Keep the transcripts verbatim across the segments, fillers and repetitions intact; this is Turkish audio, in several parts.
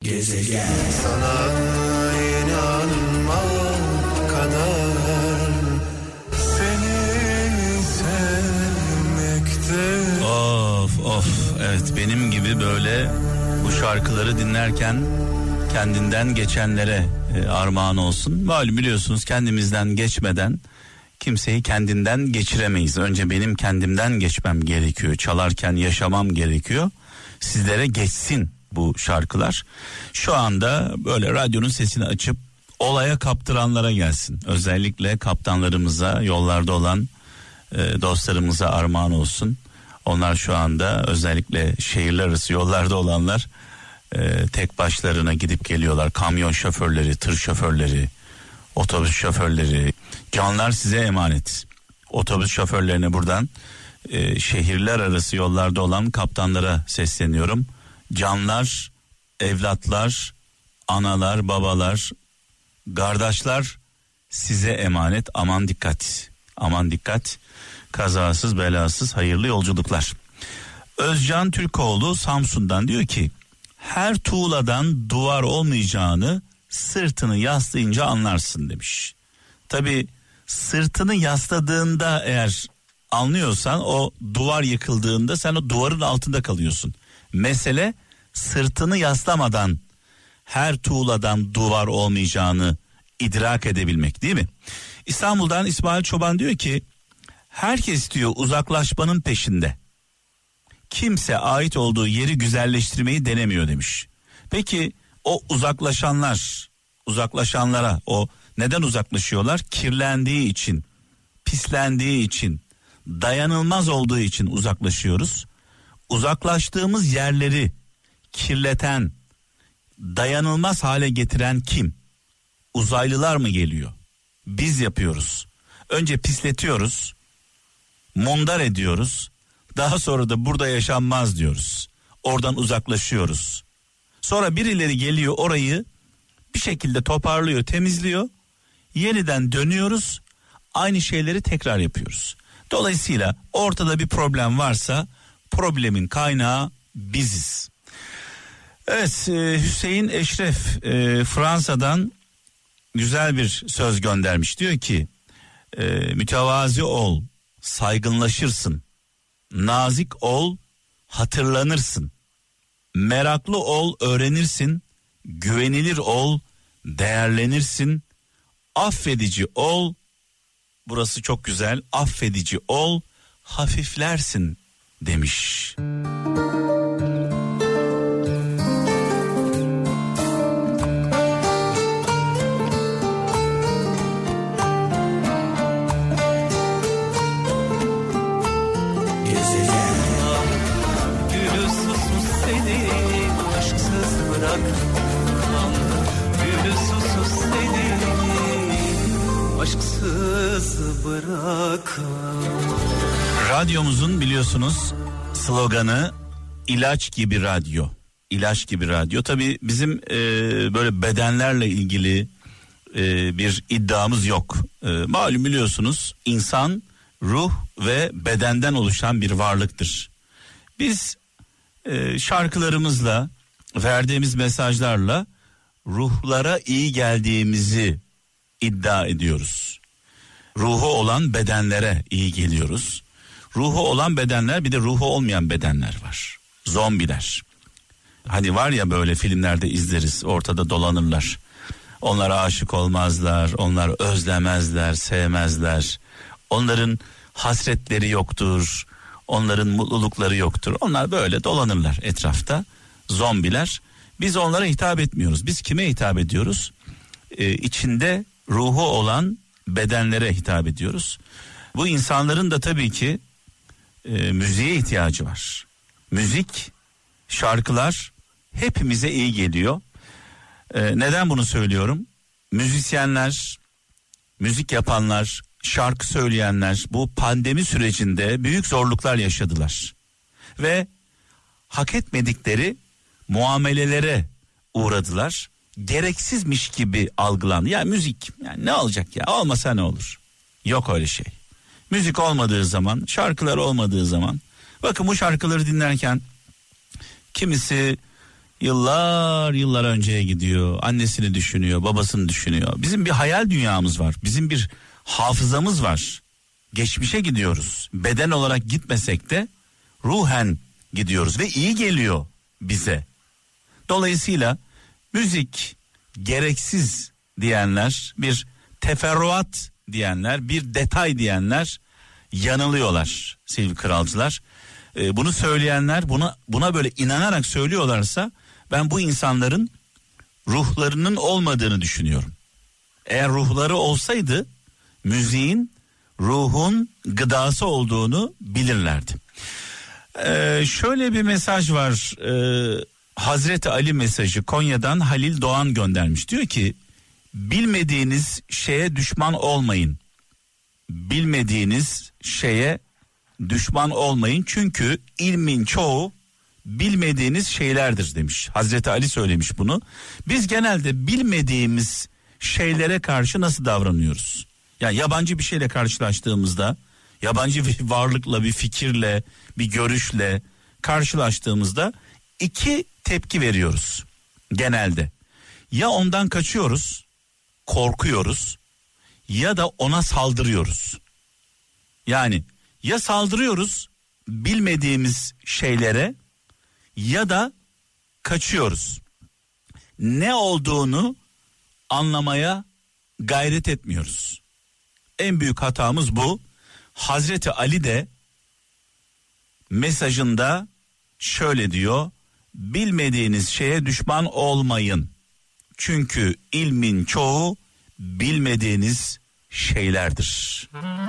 Gezegen. Sana inanmak kadar seni sevmekte. Of of, evet, benim gibi böyle bu şarkıları dinlerken kendinden geçenlere e, armağan olsun. Malum biliyorsunuz, kendimizden geçmeden kimseyi kendinden geçiremeyiz. Önce benim kendimden geçmem gerekiyor. Çalarken yaşamam gerekiyor. Sizlere geçsin bu şarkılar. Şu anda böyle radyonun sesini açıp olaya kaptıranlara gelsin. Özellikle kaptanlarımıza, yollarda olan e, dostlarımıza armağan olsun. Onlar şu anda özellikle şehirler arası yollarda olanlar e, tek başlarına gidip geliyorlar. Kamyon şoförleri, tır şoförleri, otobüs şoförleri, canlar size emanet. Otobüs şoförlerine buradan e, şehirler arası yollarda olan kaptanlara sesleniyorum. Canlar, evlatlar, analar, babalar, kardeşler size emanet. Aman dikkat, aman dikkat. Kazasız belasız hayırlı yolculuklar. Özcan Türkoğlu Samsun'dan diyor ki, her tuğladan duvar olmayacağını sırtını yaslayınca anlarsın demiş. Tabii sırtını yasladığında eğer anlıyorsan, o duvar yıkıldığında sen o duvarın altında kalıyorsun. Mesele sırtını yaslamadan her tuğladan duvar olmayacağını idrak edebilmek, değil mi? İstanbul'dan İsmail Çoban diyor ki, herkes diyor uzaklaşmanın peşinde. Kimse ait olduğu yeri güzelleştirmeyi denemiyor demiş. Peki o uzaklaşanlar, uzaklaşanlara o neden uzaklaşıyorlar? Kirlendiği için, pislendiği için, dayanılmaz olduğu için uzaklaşıyoruz. Uzaklaştığımız yerleri kirleten, dayanılmaz hale getiren kim? Uzaylılar mı geliyor? Biz yapıyoruz. Önce pisletiyoruz, mundar ediyoruz. Daha sonra da burada yaşanmaz diyoruz. Oradan uzaklaşıyoruz. Sonra birileri geliyor, orayı bir şekilde toparlıyor, temizliyor. Yeniden dönüyoruz. Aynı şeyleri tekrar yapıyoruz. Dolayısıyla ortada bir problem varsa problemin kaynağı biziz. Evet, Hüseyin Eşref e, Fransa'dan güzel bir söz göndermiş. Diyor ki, e, mütevazi ol, saygınlaşırsın. Nazik ol, hatırlanırsın. Meraklı ol, öğrenirsin. Güvenilir ol, değerlenirsin. Affedici ol, burası çok güzel, affedici ol, hafiflersin demiş. Radyomuzun biliyorsunuz sloganı ilaç gibi radyo. İlaç gibi radyo. Tabii bizim e, böyle bedenlerle ilgili e, bir iddiamız yok. E, malum biliyorsunuz, insan ruh ve bedenden oluşan bir varlıktır. Biz e, şarkılarımızla, verdiğimiz mesajlarla ruhlara iyi geldiğimizi iddia ediyoruz. Ruhu olan bedenlere iyi geliyoruz. Ruhu olan bedenler, bir de ruhu olmayan bedenler var. Zombiler. Hani var ya, böyle filmlerde izleriz, ortada dolanırlar. Onlara aşık olmazlar, onlar özlemezler, sevmezler. Onların hasretleri yoktur, onların mutlulukları yoktur. Onlar böyle dolanırlar etrafta, zombiler. Biz onlara hitap etmiyoruz. Biz kime hitap ediyoruz? Ee, içinde ruhu olan bedenlere hitap ediyoruz. Bu insanların da tabii ki e, müziğe ihtiyacı var. Müzik, şarkılar hepimize iyi geliyor. E, neden bunu söylüyorum? Müzisyenler, müzik yapanlar, şarkı söyleyenler bu pandemi sürecinde büyük zorluklar yaşadılar. Ve hak etmedikleri muamelelere uğradılar. Gereksizmiş gibi algılandı. Ya müzik, yani ne olacak ya, olmasa ne olur? Yok öyle şey. Müzik olmadığı zaman, şarkılar olmadığı zaman, bakın bu şarkıları dinlerken kimisi yıllar yıllar önceye gidiyor. Annesini düşünüyor, babasını düşünüyor. Bizim bir hayal dünyamız var. Bizim bir hafızamız var. Geçmişe gidiyoruz. Beden olarak gitmesek de ruhen gidiyoruz ve iyi geliyor bize. Dolayısıyla müzik gereksiz diyenler, bir teferruat diyenler, bir detay diyenler yanılıyorlar sevgili kralcılar. Ee, bunu söyleyenler buna buna böyle inanarak söylüyorlarsa ben bu insanların ruhlarının olmadığını düşünüyorum. Eğer ruhları olsaydı müziğin ruhun gıdası olduğunu bilirlerdi. Ee, şöyle bir mesaj var. Ee, Hazreti Ali mesajı Konya'dan Halil Doğan göndermiş. Diyor ki bilmediğiniz şeye düşman olmayın. Bilmediğiniz şeye düşman olmayın. Çünkü ilmin çoğu bilmediğiniz şeylerdir demiş. Hazreti Ali söylemiş bunu. Biz genelde bilmediğimiz şeylere karşı nasıl davranıyoruz? Yani yabancı bir şeyle karşılaştığımızda, yabancı bir varlıkla, bir fikirle, bir görüşle karşılaştığımızda iki tepki veriyoruz genelde. Ya ondan kaçıyoruz, korkuyoruz ya da ona saldırıyoruz. Yani ya saldırıyoruz bilmediğimiz şeylere ya da kaçıyoruz. Ne olduğunu anlamaya gayret etmiyoruz. En büyük hatamız bu. Hazreti Ali de mesajında şöyle diyor: bilmediğiniz şeye düşman olmayın. Çünkü ilmin çoğu bilmediğiniz şeylerdir.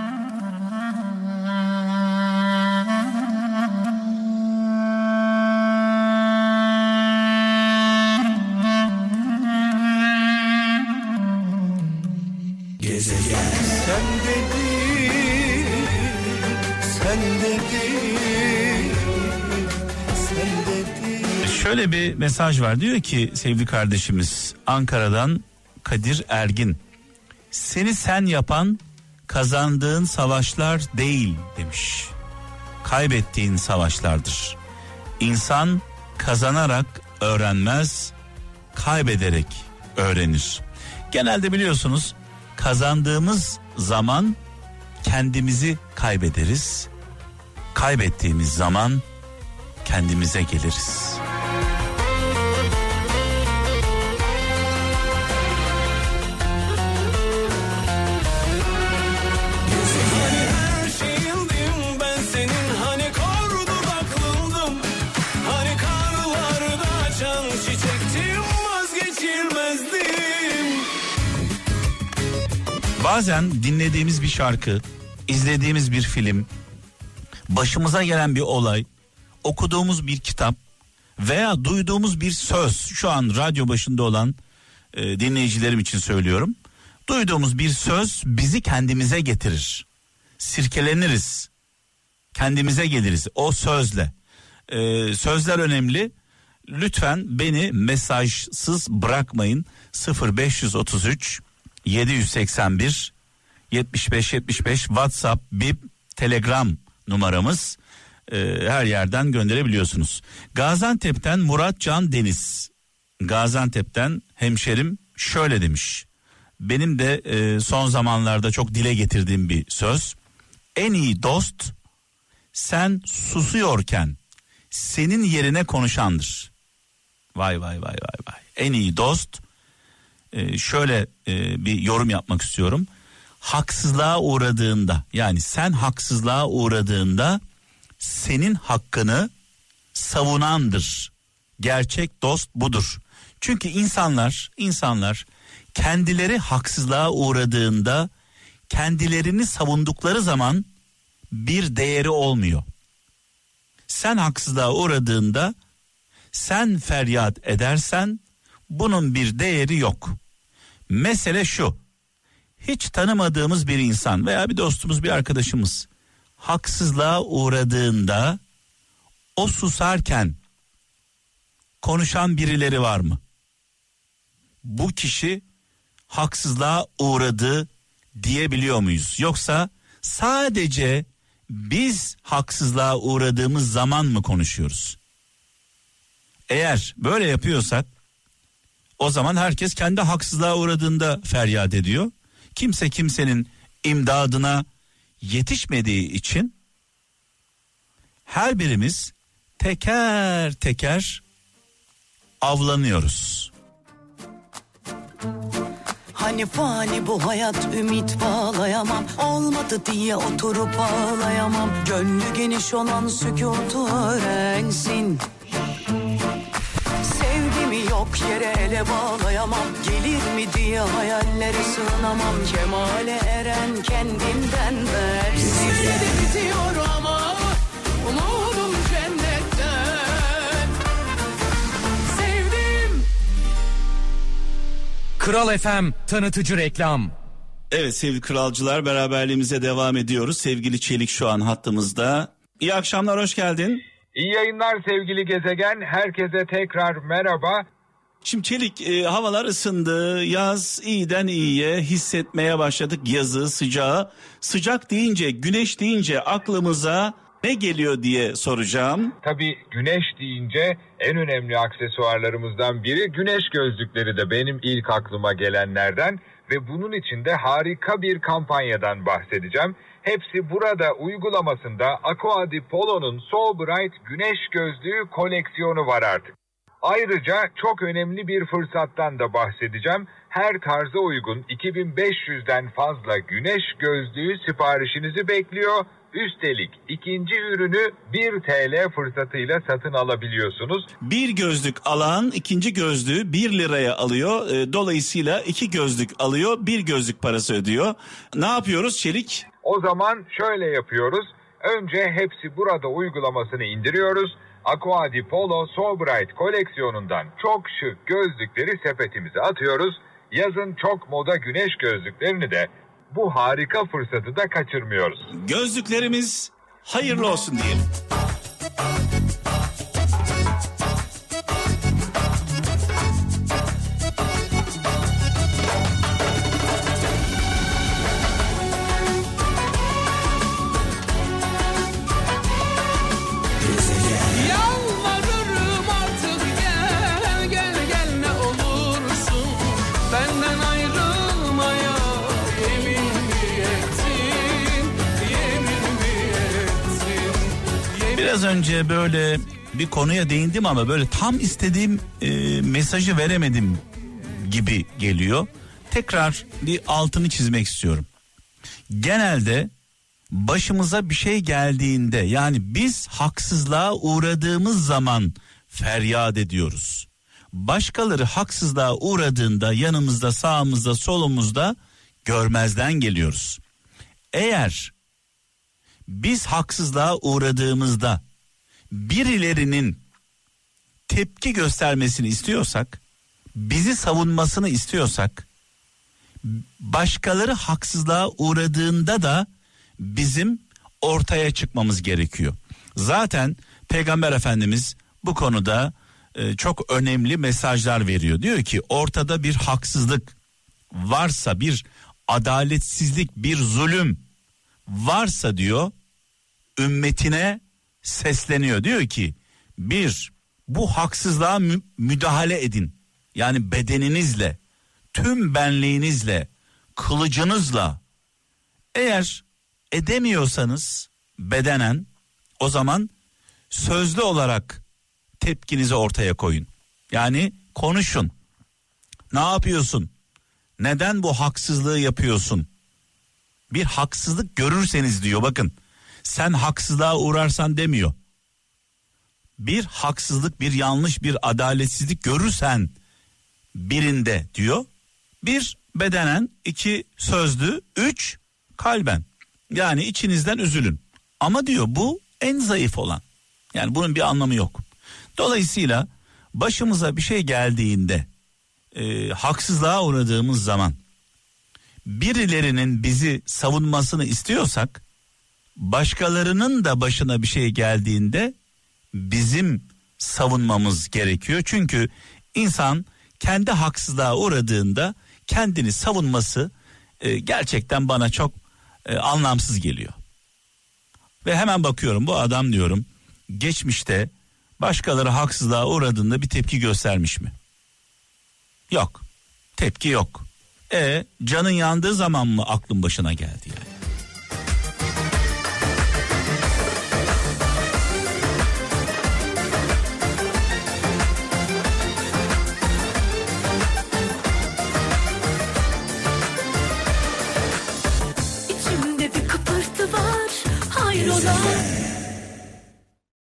Gezegen. Sen dedin, sen dedin, sen dedin. Şöyle bir mesaj var, diyor ki sevgili kardeşimiz Ankara'dan Kadir Ergin. Seni sen yapan kazandığın savaşlar değil demiş. Kaybettiğin savaşlardır. İnsan kazanarak öğrenmez, kaybederek öğrenir. Genelde biliyorsunuz kazandığımız zaman kendimizi kaybederiz. Kaybettiğimiz zaman kendimize geliriz. Bazen dinlediğimiz bir şarkı, izlediğimiz bir film, başımıza gelen bir olay, okuduğumuz bir kitap veya duyduğumuz bir söz, şu an radyo başında olan e, dinleyicilerim için söylüyorum. Duyduğumuz bir söz bizi kendimize getirir. Sirkeleniriz. Kendimize geliriz o sözle. E, sözler önemli. Lütfen beni mesajsız bırakmayın. sıfır beş otuz üç yedi yüz seksen bir yetmiş beş yetmiş beş WhatsApp, Bip, Telegram numaramız. Ee, her yerden gönderebiliyorsunuz. Gaziantep'ten Murat Can Deniz. Gaziantep'ten hemşerim şöyle demiş. Benim de e, son zamanlarda çok dile getirdiğim bir söz. En iyi dost sen susuyorken senin yerine konuşandır. Vay vay vay vay vay. En iyi dost, e, şöyle e, bir yorum yapmak istiyorum. Haksızlığa uğradığında, yani sen haksızlığa uğradığında senin hakkını savunandır. Gerçek dost budur. Çünkü insanlar, insanlar kendileri haksızlığa uğradığında kendilerini savundukları zaman bir değeri olmuyor. Sen haksızlığa uğradığında sen feryat edersen bunun bir değeri yok. Mesele şu: hiç tanımadığımız bir insan veya bir dostumuz, bir arkadaşımız haksızlığa uğradığında o susarken konuşan birileri var mı? Bu kişi haksızlığa uğradı diyebiliyor muyuz? Yoksa sadece biz haksızlığa uğradığımız zaman mı konuşuyoruz? Eğer böyle yapıyorsak o zaman herkes kendi haksızlığa uğradığında feryat ediyor. Kimse kimsenin imdadına yetişmediği için her birimiz teker teker avlanıyoruz. Hani fani bu hayat, ümit bağlayamam, olmadı diye oturup ağlayamam. Gönlü geniş olan sükutu öğrensin. Sevgimi yok yere ele bağlayamam, gelir mi diye hayallere sığınamam. Kemale eren kendimden versin. Bizde bitiyor ama umudum cennetten. Sevdim. Kral F M tanıtıcı reklam. Evet sevgili kralcılar, beraberliğimize devam ediyoruz. Sevgili Çelik şu an hattımızda. İyi akşamlar, hoş geldin. İyi yayınlar sevgili gezegen. Herkese tekrar merhaba. Şimdi Çelik, e, havalar ısındı. Yaz iyiden iyiye, hissetmeye başladık yazı, sıcağı. Sıcak deyince, güneş deyince aklımıza ne geliyor diye soracağım. Tabii güneş deyince en önemli aksesuarlarımızdan biri güneş gözlükleri de benim ilk aklıma gelenlerden. Ve bunun için de harika bir kampanyadan bahsedeceğim. Hepsi burada uygulamasında Aqua di Polo'nun So Bright güneş gözlüğü koleksiyonu var artık. Ayrıca çok önemli bir fırsattan da bahsedeceğim. Her tarza uygun iki bin beş yüzden fazla güneş gözlüğü siparişinizi bekliyor. Üstelik ikinci ürünü bir TL fırsatıyla satın alabiliyorsunuz. Bir gözlük alan ikinci gözlüğü bir liraya alıyor. Dolayısıyla iki gözlük alıyor, bir gözlük parası ödüyor. Ne yapıyoruz Çelik? O zaman şöyle yapıyoruz. Önce hepsi burada uygulamasını indiriyoruz. Aqua di Polo So Bright koleksiyonundan çok şık gözlükleri sepetimize atıyoruz. Yazın çok moda güneş gözlüklerini de bu harika fırsatı da kaçırmıyoruz. Gözlüklerimiz hayırlı olsun diyelim. Yalvarırım artık gel gel gel ne olursun benden ayrılmaya yemin mi ettin yemin mi ettin. Biraz önce böyle bir konuya değindim ama böyle tam istediğim e, mesajı veremedim gibi geliyor. Tekrar bir altını çizmek istiyorum. Genelde başımıza bir şey geldiğinde, yani biz haksızlığa uğradığımız zaman feryat ediyoruz. Başkaları haksızlığa uğradığında yanımızda, sağımızda, solumuzda görmezden geliyoruz. Eğer biz haksızlığa uğradığımızda birilerinin tepki göstermesini istiyorsak, bizi savunmasını istiyorsak, başkaları haksızlığa uğradığında da bizim ortaya çıkmamız gerekiyor. Zaten Peygamber Efendimiz bu konuda e, çok önemli mesajlar veriyor. Diyor ki ortada bir haksızlık varsa, bir adaletsizlik, bir zulüm varsa diyor, ümmetine sesleniyor. Diyor ki bir, bu haksızlığa mü- müdahale edin. Yani bedeninizle, tüm benliğinizle, kılıcınızla. Eğer edemiyorsanız bedenen, o zaman sözlü olarak tepkinizi ortaya koyun. Yani konuşun. Ne yapıyorsun? Neden bu haksızlığı yapıyorsun? Bir haksızlık görürseniz diyor, bakın, sen haksızlığa uğrarsan demiyor. Bir haksızlık, bir yanlış, bir adaletsizlik görürsen birinde diyor. Bir bedenen, iki sözlü, üç kalben. Yani içinizden üzülün. Ama diyor bu en zayıf olan. Yani bunun bir anlamı yok. Dolayısıyla başımıza bir şey geldiğinde, e, haksızlığa uğradığımız zaman birilerinin bizi savunmasını istiyorsak, başkalarının da başına bir şey geldiğinde bizim savunmamız gerekiyor. Çünkü insan kendi haksızlığa uğradığında kendini savunması e, gerçekten bana çok e, anlamsız geliyor. Ve hemen bakıyorum, bu adam diyorum geçmişte başkaları haksızlığa uğradığında bir tepki göstermiş mi? Yok. Tepki yok. E canın yandığı zaman mı aklın başına geldi yani? İçimde bir kıpırtı var, hayrola?